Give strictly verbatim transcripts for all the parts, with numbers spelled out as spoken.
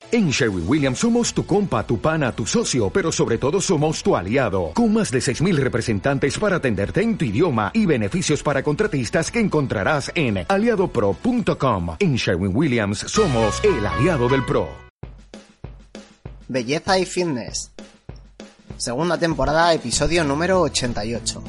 En Sherwin-Williams somos tu compa, tu pana, tu socio, pero sobre todo somos tu aliado, con más de seis mil representantes para atenderte en tu idioma y beneficios para contratistas que encontrarás en aliado pro punto com. En Sherwin-Williams somos el aliado del pro. Belleza y fitness. Segunda temporada, episodio número ochenta y ocho.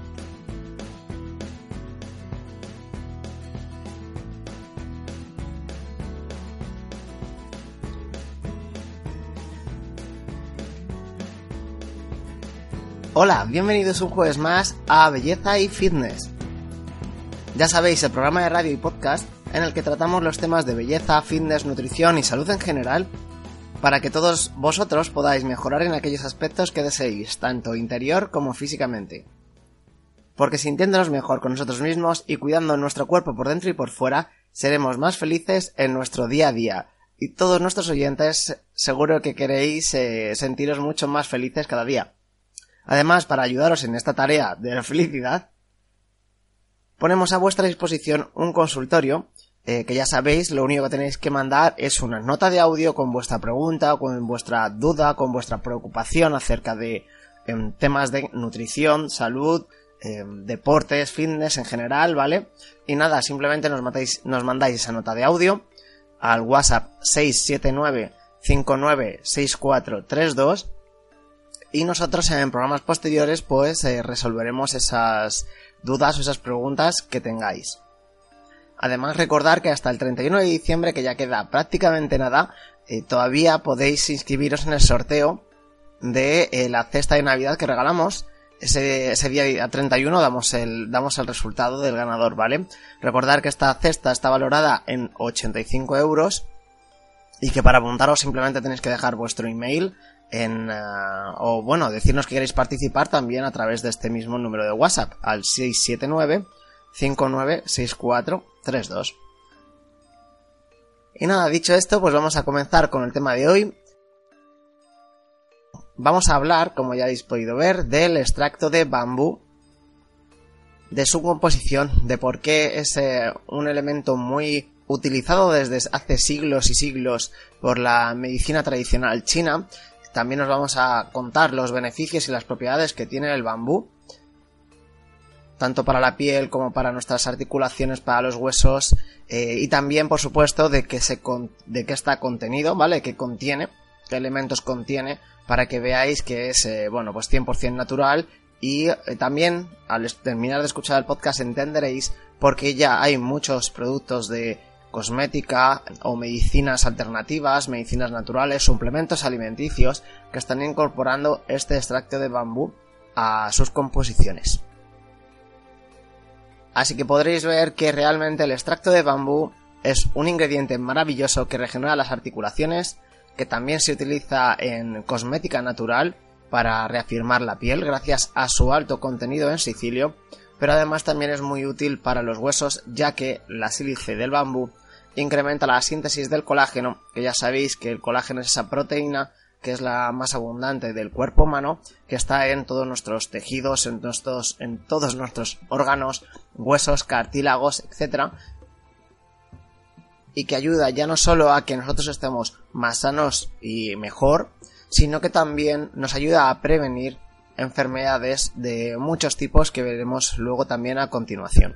Hola, bienvenidos un jueves más a Belleza y Fitness. Ya sabéis, el programa de radio y podcast en el que tratamos los temas de belleza, fitness, nutrición y salud en general, para que todos vosotros podáis mejorar en aquellos aspectos que deseéis, tanto interior como físicamente. Porque sintiéndonos mejor con nosotros mismos y cuidando nuestro cuerpo por dentro y por fuera, seremos más felices en nuestro día a día. Y todos nuestros oyentes seguro que queréis eh, sentiros mucho más felices cada día. Además, para ayudaros en esta tarea de la felicidad, ponemos a vuestra disposición un consultorio, eh, que ya sabéis, lo único que tenéis que mandar es una nota de audio con vuestra pregunta, con vuestra duda, con vuestra preocupación acerca de eh, temas de nutrición, salud, eh, deportes, fitness en general, ¿vale? Y nada, simplemente nos mandáis, nos mandáis esa nota de audio al WhatsApp seis siete nueve cinco nueve seis cuatro tres dos. Y nosotros en programas posteriores pues eh, resolveremos esas dudas o esas preguntas que tengáis. Además, recordar que hasta el treinta y uno de diciembre, que ya queda prácticamente nada, eh, todavía podéis inscribiros en el sorteo de eh, la cesta de Navidad que regalamos. Ese, ese día treinta y uno damos el, damos el resultado del ganador, ¿vale? Recordar que esta cesta está valorada en ochenta y cinco euros y que para apuntaros simplemente tenéis que dejar vuestro email en uh, o bueno, decirnos que queréis participar también a través de este mismo número de WhatsApp al seis siete nueve cinco nueve seis cuatro tres dos. Y nada, dicho esto, pues vamos a comenzar con el tema de hoy. Vamos a hablar, como ya habéis podido ver, del extracto de bambú, de su composición, de por qué es eh, un elemento muy utilizado desde hace siglos y siglos por la medicina tradicional china. También os vamos a contar los beneficios y las propiedades que tiene el bambú, tanto para la piel como para nuestras articulaciones, para los huesos, eh, y también, por supuesto, de qué se con- de qué está contenido, ¿vale? Qué contiene, qué elementos contiene, para que veáis que es, eh, bueno, pues cien por ciento natural. Y eh, también, al terminar de escuchar el podcast, entenderéis por qué ya hay muchos productos de cosmética o medicinas alternativas, medicinas naturales, suplementos alimenticios que están incorporando este extracto de bambú a sus composiciones. Así que podréis ver que realmente el extracto de bambú es un ingrediente maravilloso que regenera las articulaciones, que también se utiliza en cosmética natural para reafirmar la piel gracias a su alto contenido en silicio, pero además también es muy útil para los huesos, ya que la sílice del bambú incrementa la síntesis del colágeno, que ya sabéis que el colágeno es esa proteína que es la más abundante del cuerpo humano, que está en todos nuestros tejidos, en, nuestros, en todos nuestros órganos, huesos, cartílagos, etcétera, y que ayuda ya no solo a que nosotros estemos más sanos y mejor, sino que también nos ayuda a prevenir enfermedades de muchos tipos que veremos luego también a continuación.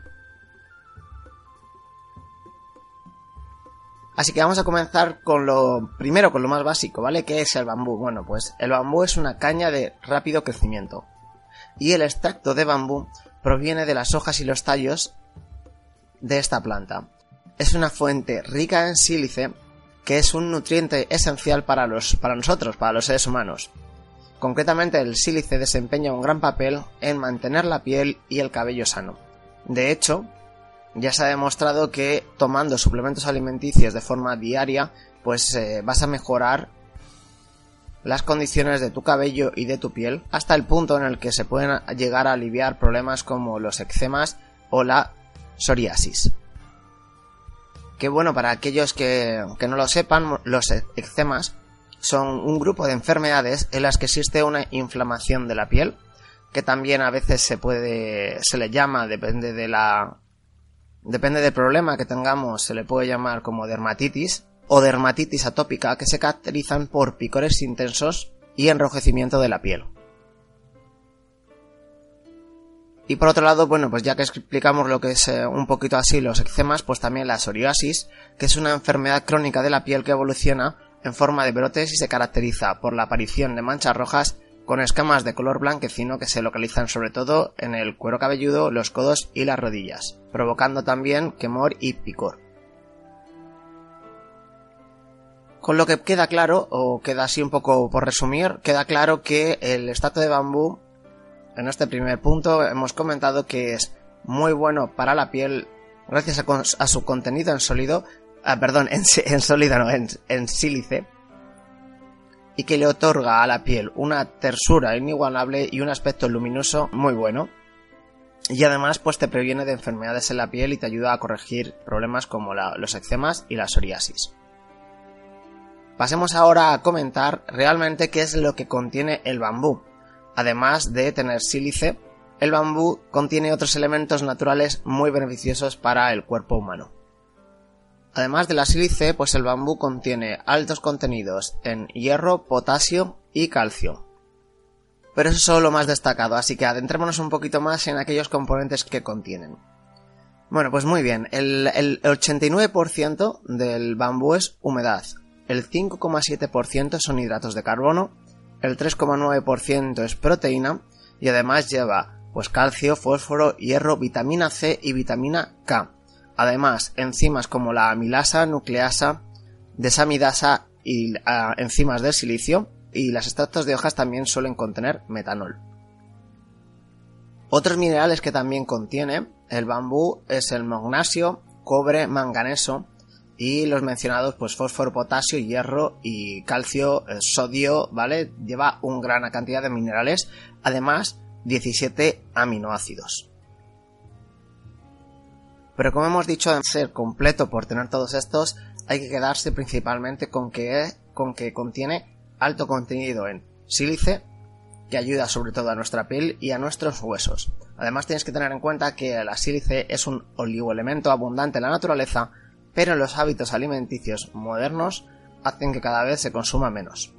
Así que vamos a comenzar con lo primero, con lo más básico, ¿vale? ¿Qué es el bambú? Bueno, pues el bambú es una caña de rápido crecimiento y el extracto de bambú proviene de las hojas y los tallos de esta planta. Es una fuente rica en sílice, que es un nutriente esencial para los, para nosotros, para los seres humanos. Concretamente, el sílice desempeña un gran papel en mantener la piel y el cabello sano. De hecho, ya se ha demostrado que tomando suplementos alimenticios de forma diaria, pues eh, vas a mejorar las condiciones de tu cabello y de tu piel, hasta el punto en el que se pueden llegar a aliviar problemas como los eczemas o la psoriasis. Que bueno, para aquellos que, que no lo sepan, los eczemas son un grupo de enfermedades en las que existe una inflamación de la piel, que también a veces se puede, se le llama, depende de la, depende del problema que tengamos, se le puede llamar como dermatitis, o dermatitis atópica que se caracterizan por picores intensos y enrojecimiento de la piel. Y por otro lado, bueno, pues ya que explicamos lo que es eh, un poquito así los eczemas, pues también la psoriasis, que es una enfermedad crónica de la piel que evoluciona en forma de brotes y se caracteriza por la aparición de manchas rojas con escamas de color blanquecino que se localizan sobre todo en el cuero cabelludo, los codos y las rodillas, provocando también quemor y picor. Con lo que queda claro, o queda así un poco por resumir, queda claro que el extracto de bambú, en este primer punto hemos comentado que es muy bueno para la piel gracias a, con, a su contenido en sólido, ah, perdón, en, en sólido no, en, en sílice, y que le otorga a la piel una tersura inigualable y un aspecto luminoso muy bueno. Y además pues te previene de enfermedades en la piel y te ayuda a corregir problemas como la, los eczemas y la psoriasis. Pasemos ahora a comentar realmente qué es lo que contiene el bambú. Además de tener sílice, el bambú contiene otros elementos naturales muy beneficiosos para el cuerpo humano. Además de la sílice, pues el bambú contiene altos contenidos en hierro, potasio y calcio. Pero eso es solo lo más destacado, así que adentrémonos un poquito más en aquellos componentes que contienen. Bueno, pues muy bien, el, el ochenta y nueve por ciento del bambú es humedad, el cinco coma siete por ciento son hidratos de carbono, el tres coma nueve por ciento es proteína y además lleva pues calcio, fósforo, hierro, vitamina C y vitamina K. Además, enzimas como la amilasa, nucleasa, desamidasa y uh, enzimas del silicio, y los extractos de hojas también suelen contener metanol. Otros minerales que también contiene el bambú es el magnesio, cobre, manganeso y los mencionados pues fósforo, potasio, hierro y calcio, eh, sodio, ¿vale? Lleva una gran cantidad de minerales, además diecisiete aminoácidos. Pero como hemos dicho, en ser completo por tener todos estos, hay que quedarse principalmente con que, con que contiene alto contenido en sílice, que ayuda sobre todo a nuestra piel y a nuestros huesos. Además tienes que tener en cuenta que la sílice es un oligoelemento abundante en la naturaleza, pero los hábitos alimenticios modernos hacen que cada vez se consuma menos.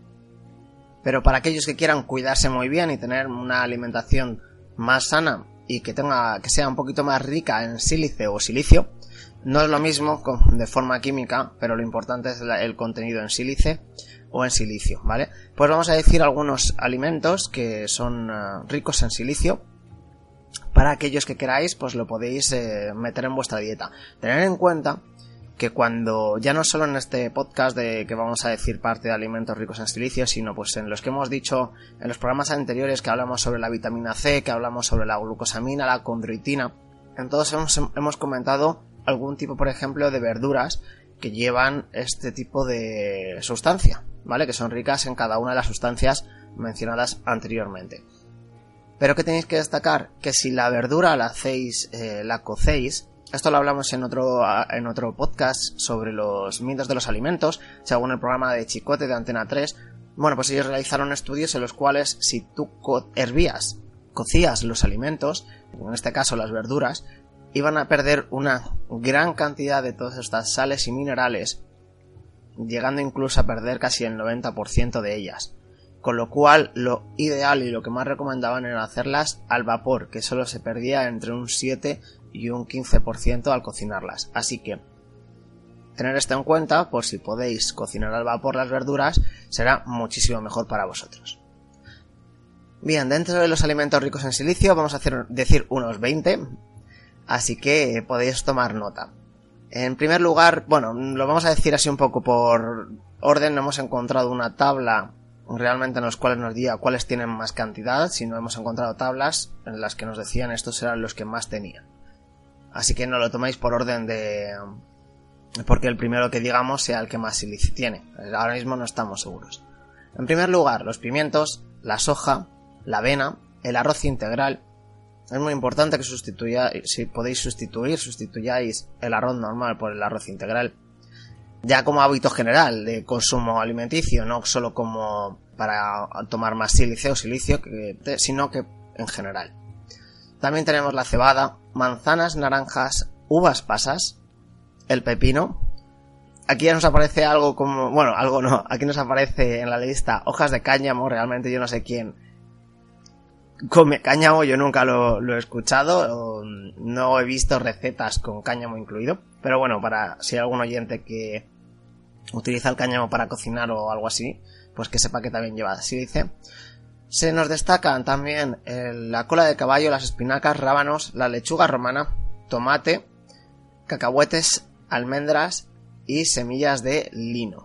Pero para aquellos que quieran cuidarse muy bien y tener una alimentación más sana y que tenga que sea un poquito más rica en sílice o silicio, no es lo mismo de forma química, pero lo importante es el contenido en sílice o en silicio, ¿vale? Pues vamos a decir algunos alimentos que son uh, ricos en silicio. Para aquellos que queráis, pues lo podéis eh, meter en vuestra dieta. Tener en cuenta que cuando, ya no solo en este podcast de que vamos a decir parte de alimentos ricos en silicio, sino pues en los que hemos dicho en los programas anteriores que hablamos sobre la vitamina C, que hablamos sobre la glucosamina, la condroitina, en todos hemos, hemos comentado algún tipo, por ejemplo, de verduras que llevan este tipo de sustancia, ¿vale? Que son ricas en cada una de las sustancias mencionadas anteriormente. Pero que tenéis que destacar que si la verdura la hacéis, eh, la cocéis, esto lo hablamos en otro, en otro podcast sobre los mitos de los alimentos, según el programa de Chicote de Antena tres, bueno, pues ellos realizaron estudios en los cuales si tú co- hervías, cocías los alimentos, en este caso las verduras, iban a perder una gran cantidad de todas estas sales y minerales, llegando incluso a perder casi el noventa por ciento de ellas. Con lo cual, lo ideal y lo que más recomendaban era hacerlas al vapor, que solo se perdía entre un siete y un quince por ciento al cocinarlas. Así que, tener esto en cuenta, por si podéis cocinar al vapor las verduras, será muchísimo mejor para vosotros. Bien, dentro de los alimentos ricos en silicio vamos a hacer, decir unos veinte, así que podéis tomar nota. En primer lugar, bueno, lo vamos a decir así un poco por orden, no hemos encontrado una tabla realmente en los cuales nos diga cuáles tienen más cantidad, sino hemos encontrado tablas en las que nos decían estos eran los que más tenían. Así que no lo tomáis por orden de... porque el primero que digamos sea el que más silicio tiene. Ahora mismo no estamos seguros. En primer lugar, los pimientos, la soja, la avena, el arroz integral. Es muy importante que sustituyáis, si podéis sustituir, sustituyáis el arroz normal por el arroz integral. Ya como hábito general de consumo alimenticio, no solo como para tomar más sílice o silicio, que, sino que en general. También tenemos la cebada, manzanas, naranjas, uvas pasas, el pepino. aquí ya nos aparece algo como... Bueno, algo no. Aquí nos aparece en la lista hojas de cáñamo. Realmente yo no sé quién come cáñamo. Yo nunca lo, lo he escuchado. No he visto recetas con cáñamo incluido. Pero bueno, para si hay algún oyente que utiliza el cáñamo para cocinar o algo así, pues que sepa que también lleva sílice. Se nos destacan también el, la cola de caballo, las espinacas, rábanos, la lechuga romana, tomate, cacahuetes, almendras y semillas de lino.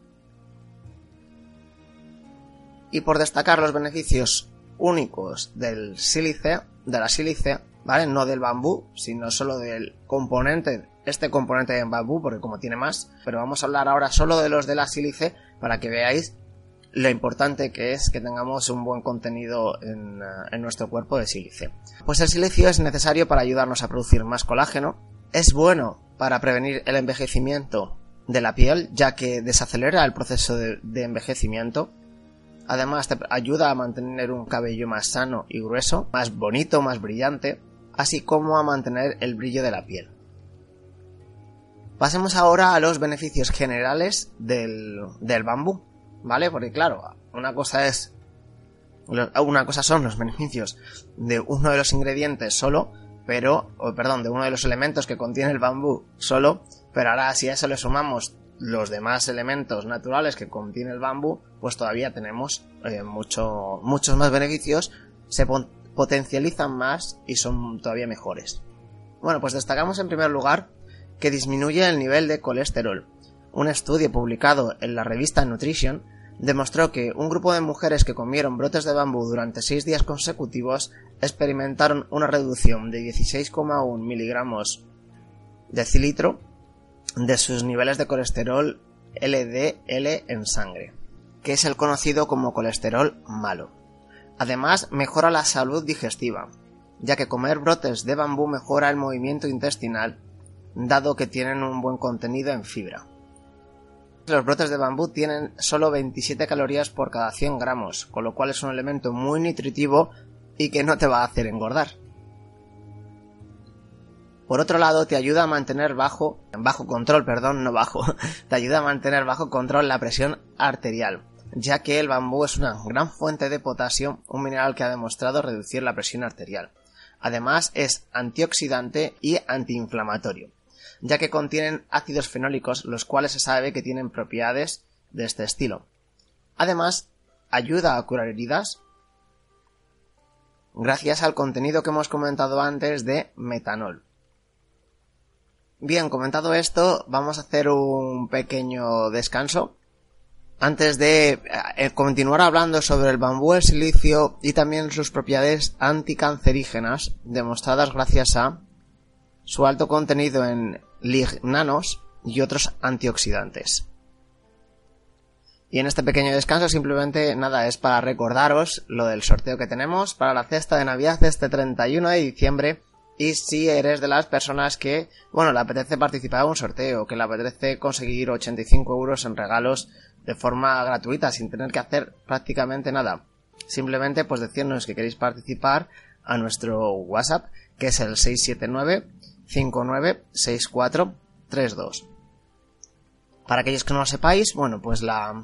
Y por destacar los beneficios únicos del sílice, de la sílice, ¿vale? No del bambú, sino solo del componente, este componente de bambú, porque como tiene más, pero vamos a hablar ahora solo de los de la sílice para que veáis lo importante que es que tengamos un buen contenido en, en nuestro cuerpo de sílice. Pues el silicio es necesario para ayudarnos a producir más colágeno, es bueno para prevenir el envejecimiento de la piel, ya que desacelera el proceso de, de envejecimiento. Además te ayuda a mantener un cabello más sano y grueso, más bonito, más brillante, así como a mantener el brillo de la piel. Pasemos ahora a los beneficios generales del, del bambú, ¿vale? Porque claro, una cosa es una cosa son los beneficios de uno de los ingredientes solo, pero, o perdón, de uno de los elementos que contiene el bambú solo, pero ahora si a eso le sumamos los demás elementos naturales que contiene el bambú, pues todavía tenemos eh, mucho, muchos más beneficios, se po- potencializan más y son todavía mejores. Bueno, pues destacamos en primer lugar que disminuye el nivel de colesterol. Un estudio publicado en la revista Nutrition demostró que un grupo de mujeres que comieron brotes de bambú durante seis días consecutivos experimentaron una reducción de dieciséis coma uno miligramos decilitro de sus niveles de colesterol L D L en sangre, que es el conocido como colesterol malo. Además, mejora la salud digestiva, ya que comer brotes de bambú mejora el movimiento intestinal, dado que tienen un buen contenido en fibra. Los brotes de bambú tienen solo veintisiete calorías por cada cien gramos, con lo cual es un elemento muy nutritivo y que no te va a hacer engordar. Por otro lado, te ayuda a mantener bajo, bajo control, perdón, no bajo, te ayuda a mantener bajo control la presión arterial, ya que el bambú es una gran fuente de potasio, un mineral que ha demostrado reducir la presión arterial. Además, es antioxidante y antiinflamatorio, ya que contienen ácidos fenólicos, los cuales se sabe que tienen propiedades de este estilo. Además, ayuda a curar heridas, gracias al contenido que hemos comentado antes de metanol. Bien, comentado esto, vamos a hacer un pequeño descanso antes de eh, continuar hablando sobre el bambú, el silicio y también sus propiedades anticancerígenas demostradas gracias a su alto contenido en lignanos y otros antioxidantes. Y en este pequeño descanso simplemente nada, es para recordaros lo del sorteo que tenemos para la cesta de Navidad este treinta y uno de diciembre. Y si eres de las personas que, bueno, le apetece participar en un sorteo, que le apetece conseguir ochenta y cinco euros en regalos de forma gratuita, sin tener que hacer prácticamente nada. Simplemente pues decirnos que queréis participar a nuestro WhatsApp, que es el seis siete nueve, cinco nueve seis cuatro tres dos. Para aquellos que no lo sepáis, bueno, pues la...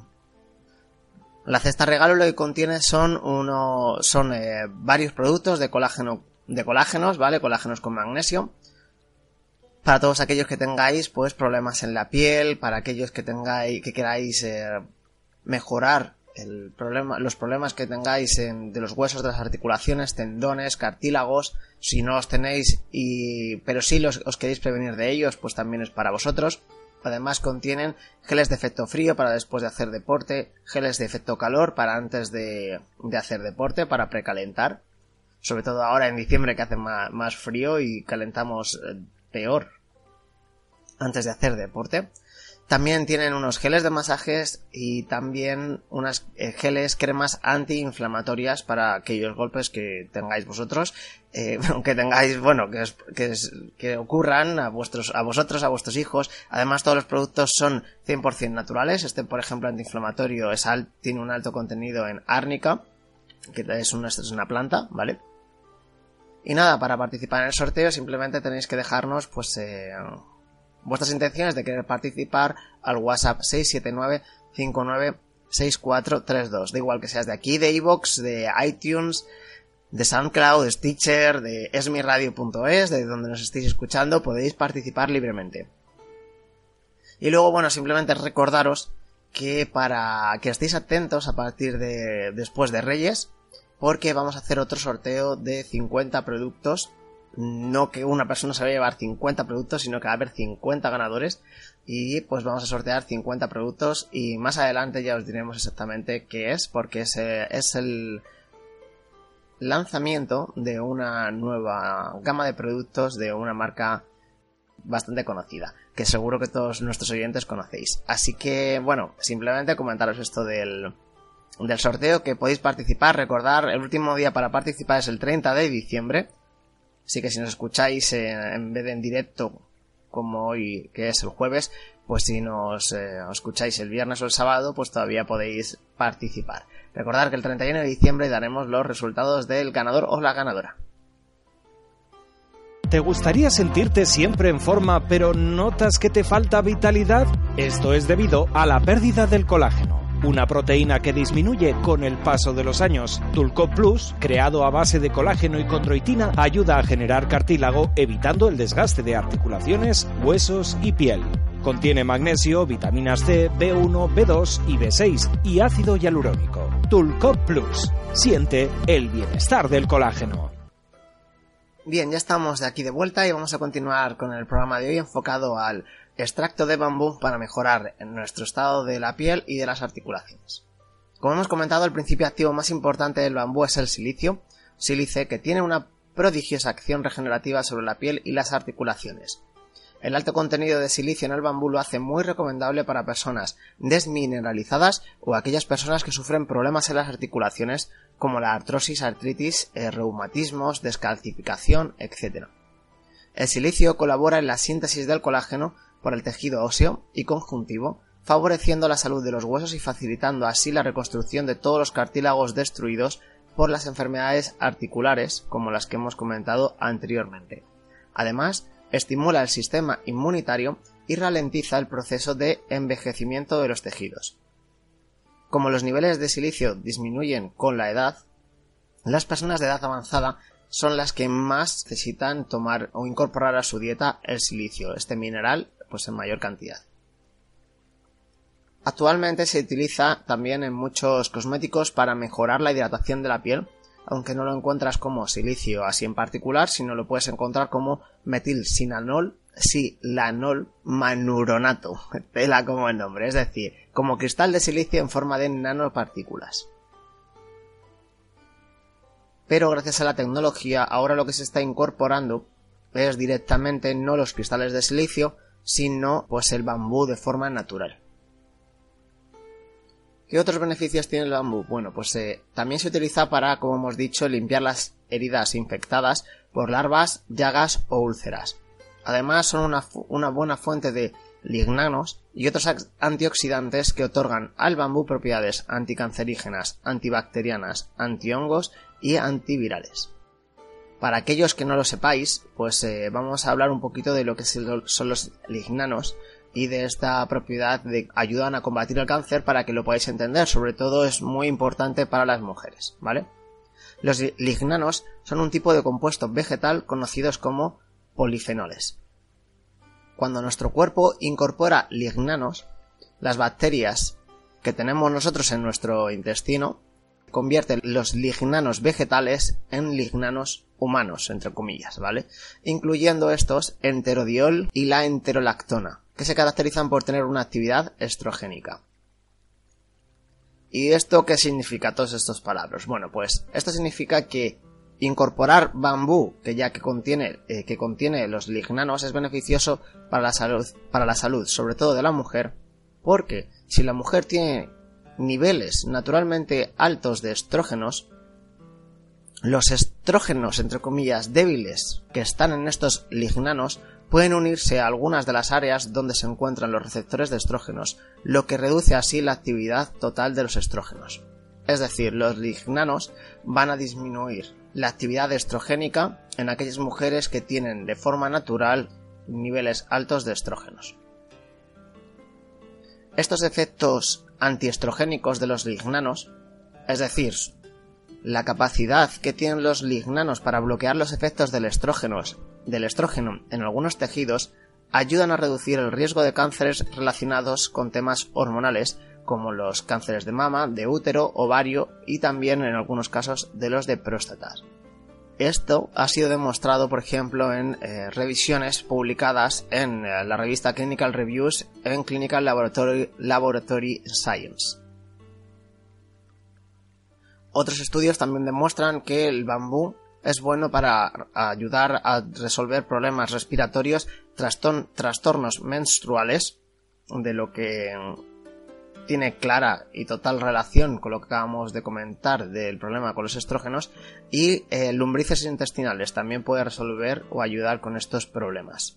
La cesta regalo lo que contiene son uno, son eh, varios productos de colágeno de colágenos, ¿vale? Colágenos con magnesio. Para todos aquellos que tengáis pues problemas en la piel, para aquellos que tengáis que queráis eh, mejorar el problema, los problemas que tengáis en, de los huesos, de las articulaciones, tendones, cartílagos, si no os tenéis y pero sí los, os queréis prevenir de ellos, pues también es para vosotros. Además contienen geles de efecto frío para después de hacer deporte, geles de efecto calor para antes de, de hacer deporte, para precalentar. Sobre todo ahora en diciembre que hace más, más frío y calentamos eh, peor antes de hacer deporte. También tienen unos geles de masajes y también unas eh, geles cremas antiinflamatorias para aquellos golpes que tengáis vosotros, eh, que tengáis, bueno, que, es, que, es, que ocurran a vuestros, a vosotros, a vuestros hijos. Además todos los productos son cien por ciento naturales. Este, por ejemplo, antiinflamatorio es al, tiene un alto contenido en árnica, que es una, es una planta, ¿vale? Y nada, para participar en el sorteo simplemente tenéis que dejarnos pues eh, vuestras intenciones de querer participar al WhatsApp seis siete nueve cinco nueve seis cuatro tres dos. Da igual que seas de aquí, de iVoox, de iTunes, de SoundCloud, de Stitcher, de esmiradio punto es, de donde nos estéis escuchando, podéis participar libremente. Y luego, bueno, simplemente recordaros que para que estéis atentos a partir de después de Reyes, porque vamos a hacer otro sorteo de cincuenta productos. No que una persona se vaya a llevar cincuenta productos, sino que va a haber cincuenta ganadores y pues vamos a sortear cincuenta productos y más adelante ya os diremos exactamente qué es, porque es, es el lanzamiento de una nueva gama de productos de una marca bastante conocida, que seguro que todos nuestros oyentes conocéis. Así que bueno, simplemente comentaros esto del, del sorteo, que podéis participar. Recordar, el último día para participar es el treinta de diciembre. Así que si nos escucháis eh, en vez de en directo, como hoy, que es el jueves, pues si nos eh, escucháis el viernes o el sábado, pues todavía podéis participar. Recordad que el treinta y uno de diciembre daremos los resultados del ganador o la ganadora. ¿Te gustaría sentirte siempre en forma, pero notas que te falta vitalidad? Esto es debido a la pérdida del colágeno, una proteína que disminuye con el paso de los años. Tulcop Plus, creado a base de colágeno y condroitina, ayuda a generar cartílago, evitando el desgaste de articulaciones, huesos y piel. Contiene magnesio, vitaminas C, B uno, B dos y B seis y ácido hialurónico. Tulcop Plus. Siente el bienestar del colágeno. Bien, ya estamos de aquí de vuelta y vamos a continuar con el programa de hoy enfocado al extracto de bambú para mejorar nuestro estado de la piel y de las articulaciones. Como hemos comentado, el principio activo más importante del bambú es el silicio, sílice, que tiene una prodigiosa acción regenerativa sobre la piel y las articulaciones. El alto contenido de silicio en el bambú lo hace muy recomendable para personas desmineralizadas o aquellas personas que sufren problemas en las articulaciones como la artrosis, artritis, eh, reumatismos, descalcificación, etcétera. El silicio colabora en la síntesis del colágeno por el tejido óseo y conjuntivo, favoreciendo la salud de los huesos y facilitando así la reconstrucción de todos los cartílagos destruidos por las enfermedades articulares, como las que hemos comentado anteriormente. Además, estimula el sistema inmunitario y ralentiza el proceso de envejecimiento de los tejidos. Como los niveles de silicio disminuyen con la edad, las personas de edad avanzada son las que más necesitan tomar o incorporar a su dieta el silicio, este mineral, pues en mayor cantidad. Actualmente se utiliza también en muchos cosméticos para mejorar la hidratación de la piel, aunque no lo encuentras como silicio así en particular, sino lo puedes encontrar como metilsinanol, silanol manuronato, tela como el nombre, es decir, como cristal de silicio en forma de nanopartículas. Pero gracias a la tecnología, ahora lo que se está incorporando es directamente no los cristales de silicio, sino pues el bambú de forma natural. ¿Qué otros beneficios tiene el bambú? Bueno, pues eh, también se utiliza para, como hemos dicho, limpiar las heridas infectadas por larvas, llagas o úlceras. Además son una, una buena fuente de lignanos y otros antioxidantes que otorgan al bambú propiedades anticancerígenas, antibacterianas, antihongos y antivirales. Para aquellos que no lo sepáis, pues eh, vamos a hablar un poquito de lo que son los lignanos y de esta propiedad de ayudan a combatir el cáncer para que lo podáis entender. Sobre todo es muy importante para las mujeres, ¿vale? Los lignanos son un tipo de compuesto vegetal conocidos como polifenoles. Cuando nuestro cuerpo incorpora lignanos, las bacterias que tenemos nosotros en nuestro intestino convierten los lignanos vegetales en lignanos humanos, entre comillas, ¿vale? Incluyendo estos enterodiol y la enterolactona, que se caracterizan por tener una actividad estrogénica. ¿Y esto qué significa, todas estas palabras? Bueno, pues esto significa que incorporar bambú, que ya que contiene, eh, que contiene los lignanos, es beneficioso para la salud, para la salud, sobre todo de la mujer, porque si la mujer tiene niveles naturalmente altos de estrógenos, los estrógenos, entre comillas, débiles que están en estos lignanos pueden unirse a algunas de las áreas donde se encuentran los receptores de estrógenos, lo que reduce así la actividad total de los estrógenos. Es decir, los lignanos van a disminuir la actividad estrogénica en aquellas mujeres que tienen de forma natural niveles altos de estrógenos. Estos efectos antiestrogénicos de los lignanos, es decir, la capacidad que tienen los lignanos para bloquear los efectos del estrógeno, del estrógeno en algunos tejidos, ayudan a reducir el riesgo de cánceres relacionados con temas hormonales, como los cánceres de mama, de útero, ovario y también en algunos casos de los de próstata. Esto ha sido demostrado, por ejemplo, en eh, revisiones publicadas en eh, la revista Clinical Reviews en Clinical Laboratory, Laboratory Science. Otros estudios también demuestran que el bambú es bueno para ayudar a resolver problemas respiratorios, trastorn- trastornos menstruales, de lo que tiene clara y total relación con lo que acabamos de comentar del problema con los estrógenos, y eh, lombrices intestinales también puede resolver o ayudar con estos problemas.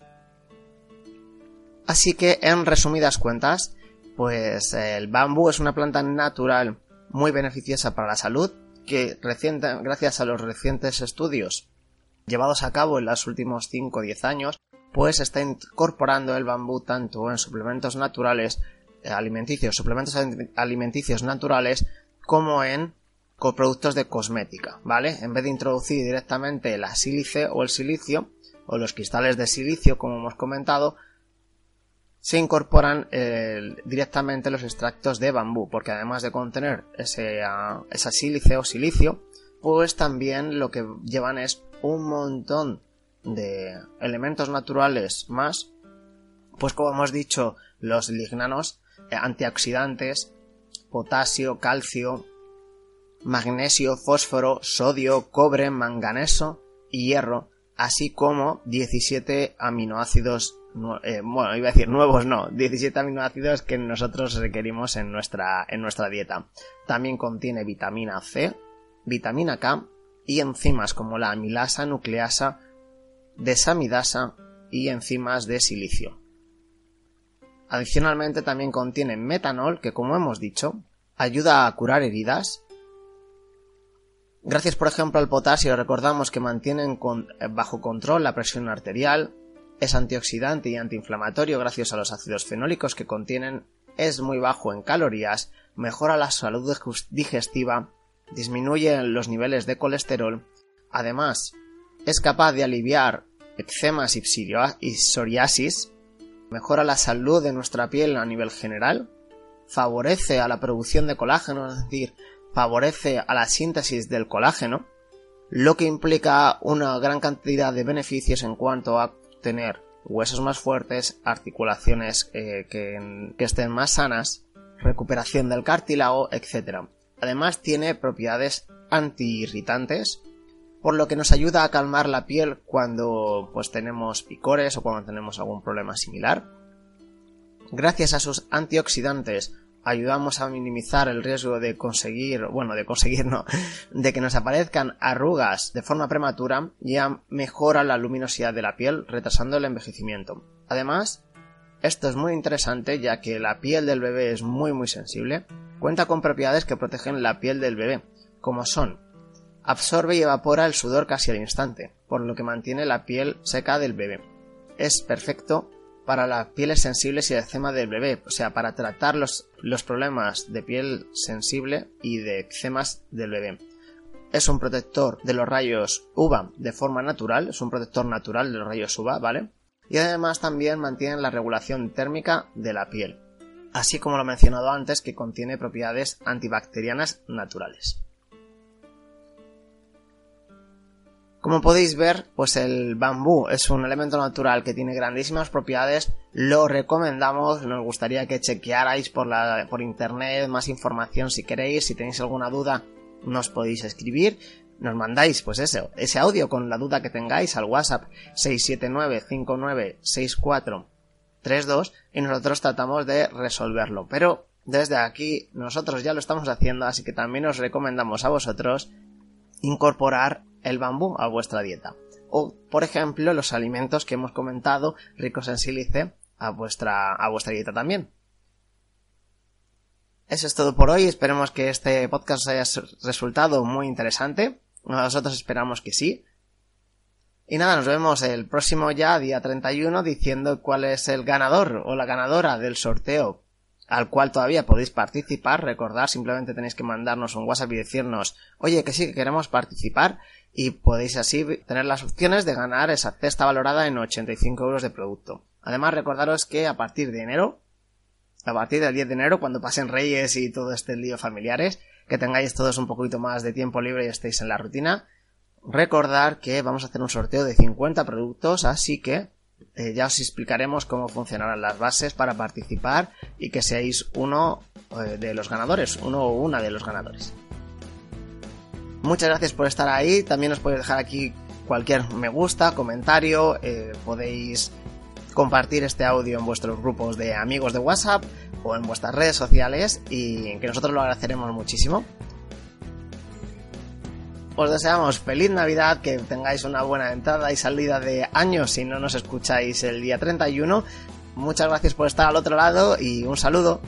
Así que, en resumidas cuentas, pues el bambú es una planta natural muy beneficiosa para la salud, que reciente, gracias a los recientes estudios llevados a cabo en los últimos cinco o diez años, pues está incorporando el bambú tanto en suplementos naturales alimenticios, suplementos alimenticios naturales, como en coproductos de cosmética, ¿vale? En vez de introducir directamente la sílice o el silicio, o los cristales de silicio, como hemos comentado, se incorporan eh, directamente los extractos de bambú, porque además de contener ese, uh, esa sílice o silicio, pues también lo que llevan es un montón de elementos naturales más, pues como hemos dicho, los lignanos, antioxidantes, potasio, calcio, magnesio, fósforo, sodio, cobre, manganeso y hierro, así como diecisiete aminoácidos, eh, bueno, iba a decir nuevos, no, diecisiete aminoácidos que nosotros requerimos en nuestra, en nuestra dieta. También contiene vitamina C, vitamina K y enzimas como la amilasa, nucleasa, desamidasa y enzimas de silicio. Adicionalmente también contiene metanol, que como hemos dicho, ayuda a curar heridas. Gracias por ejemplo al potasio, recordamos que mantienen con, bajo control la presión arterial, es antioxidante y antiinflamatorio gracias a los ácidos fenólicos que contienen, es muy bajo en calorías, mejora la salud digestiva, disminuye los niveles de colesterol, además es capaz de aliviar eczemas y psoriasis, mejora la salud de nuestra piel a nivel general, favorece a la producción de colágeno, es decir, favorece a la síntesis del colágeno, lo que implica una gran cantidad de beneficios en cuanto a tener huesos más fuertes, articulaciones eh, que, que estén más sanas, recuperación del cartílago, etcétera. Además tiene propiedades antiirritantes, por lo que nos ayuda a calmar la piel cuando pues tenemos picores o cuando tenemos algún problema similar. Gracias a sus antioxidantes ayudamos a minimizar el riesgo de conseguir, bueno, de conseguir no, de que nos aparezcan arrugas de forma prematura, y mejora la luminosidad de la piel, retrasando el envejecimiento. Además, esto es muy interesante ya que la piel del bebé es muy muy sensible, cuenta con propiedades que protegen la piel del bebé, como son: absorbe y evapora el sudor casi al instante, por lo que mantiene la piel seca del bebé. Es perfecto para las pieles sensibles y el eczema del bebé, o sea, para tratar los, los problemas de piel sensible y de eczemas del bebé. Es un protector de los rayos U V A de forma natural, es un protector natural de los rayos U V A, ¿vale? Y además también mantiene la regulación térmica de la piel, así como lo he mencionado antes, que contiene propiedades antibacterianas naturales. Como podéis ver, pues el bambú es un elemento natural que tiene grandísimas propiedades, lo recomendamos, nos gustaría que chequearais por, la, por internet más información si queréis, si tenéis alguna duda nos podéis escribir, nos mandáis pues eso, ese audio con la duda que tengáis al WhatsApp seis siete nueve cinco nueve seis cuatro tres dos y nosotros tratamos de resolverlo, pero desde aquí nosotros ya lo estamos haciendo, así que también os recomendamos a vosotros incorporar el bambú a vuestra dieta, o por ejemplo los alimentos que hemos comentado ricos en sílice a vuestra, a vuestra dieta también. Eso es todo por hoy, esperemos que este podcast os haya resultado muy interesante, nosotros esperamos que sí. Y nada, nos vemos el próximo ya, día treinta y uno, diciendo cuál es el ganador o la ganadora del sorteo al cual todavía podéis participar. Recordad, simplemente tenéis que mandarnos un WhatsApp y decirnos, oye, que sí, que queremos participar, y podéis así tener las opciones de ganar esa cesta valorada en ochenta y cinco euros de producto. Además, recordaros que a partir de enero, a partir del diez de enero, cuando pasen Reyes y todo este lío familiares, que tengáis todos un poquito más de tiempo libre y estéis en la rutina, recordad que vamos a hacer un sorteo de cincuenta productos, así que eh, ya os explicaremos cómo funcionarán las bases para participar y que seáis uno eh, de los ganadores, uno o una de los ganadores. Muchas gracias por estar ahí. También os podéis dejar aquí cualquier me gusta, comentario, eh, podéis compartir este audio en vuestros grupos de amigos de WhatsApp o en vuestras redes sociales, y que nosotros lo agradeceremos muchísimo. Os deseamos feliz Navidad, que tengáis una buena entrada y salida de año si no nos escucháis el día treinta y uno. Muchas gracias por estar al otro lado y un saludo.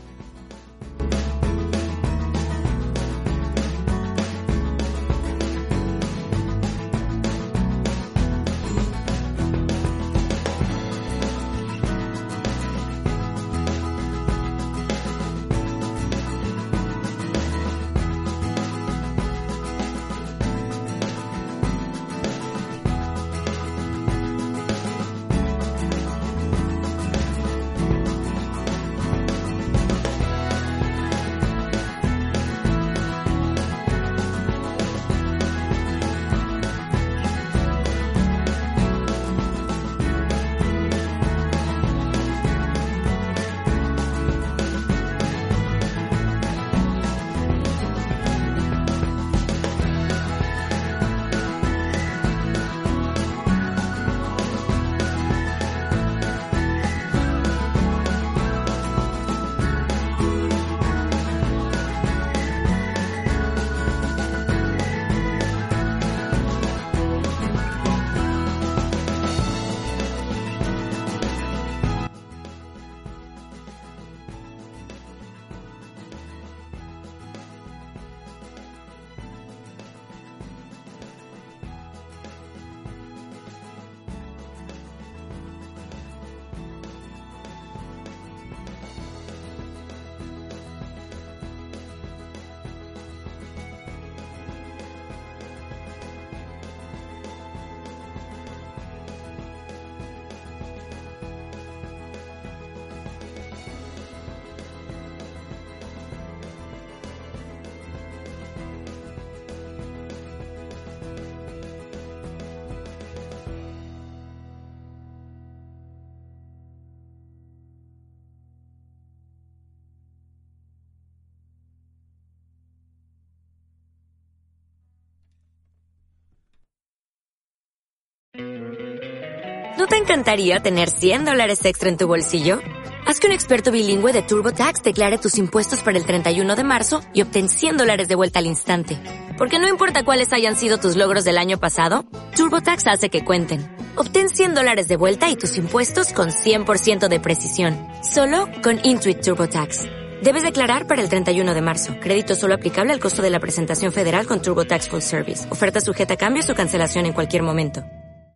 ¿No te encantaría tener cien dólares extra en tu bolsillo? Haz que un experto bilingüe de TurboTax declare tus impuestos para el treinta y uno de marzo y obtén cien dólares de vuelta al instante. Porque no importa cuáles hayan sido tus logros del año pasado, TurboTax hace que cuenten. Obtén cien dólares de vuelta y tus impuestos con cien por ciento de precisión. Solo con Intuit TurboTax. Debes declarar para el treinta y uno de marzo. Crédito solo aplicable al costo de la presentación federal con TurboTax Full Service. Oferta sujeta a cambios o cancelación en cualquier momento.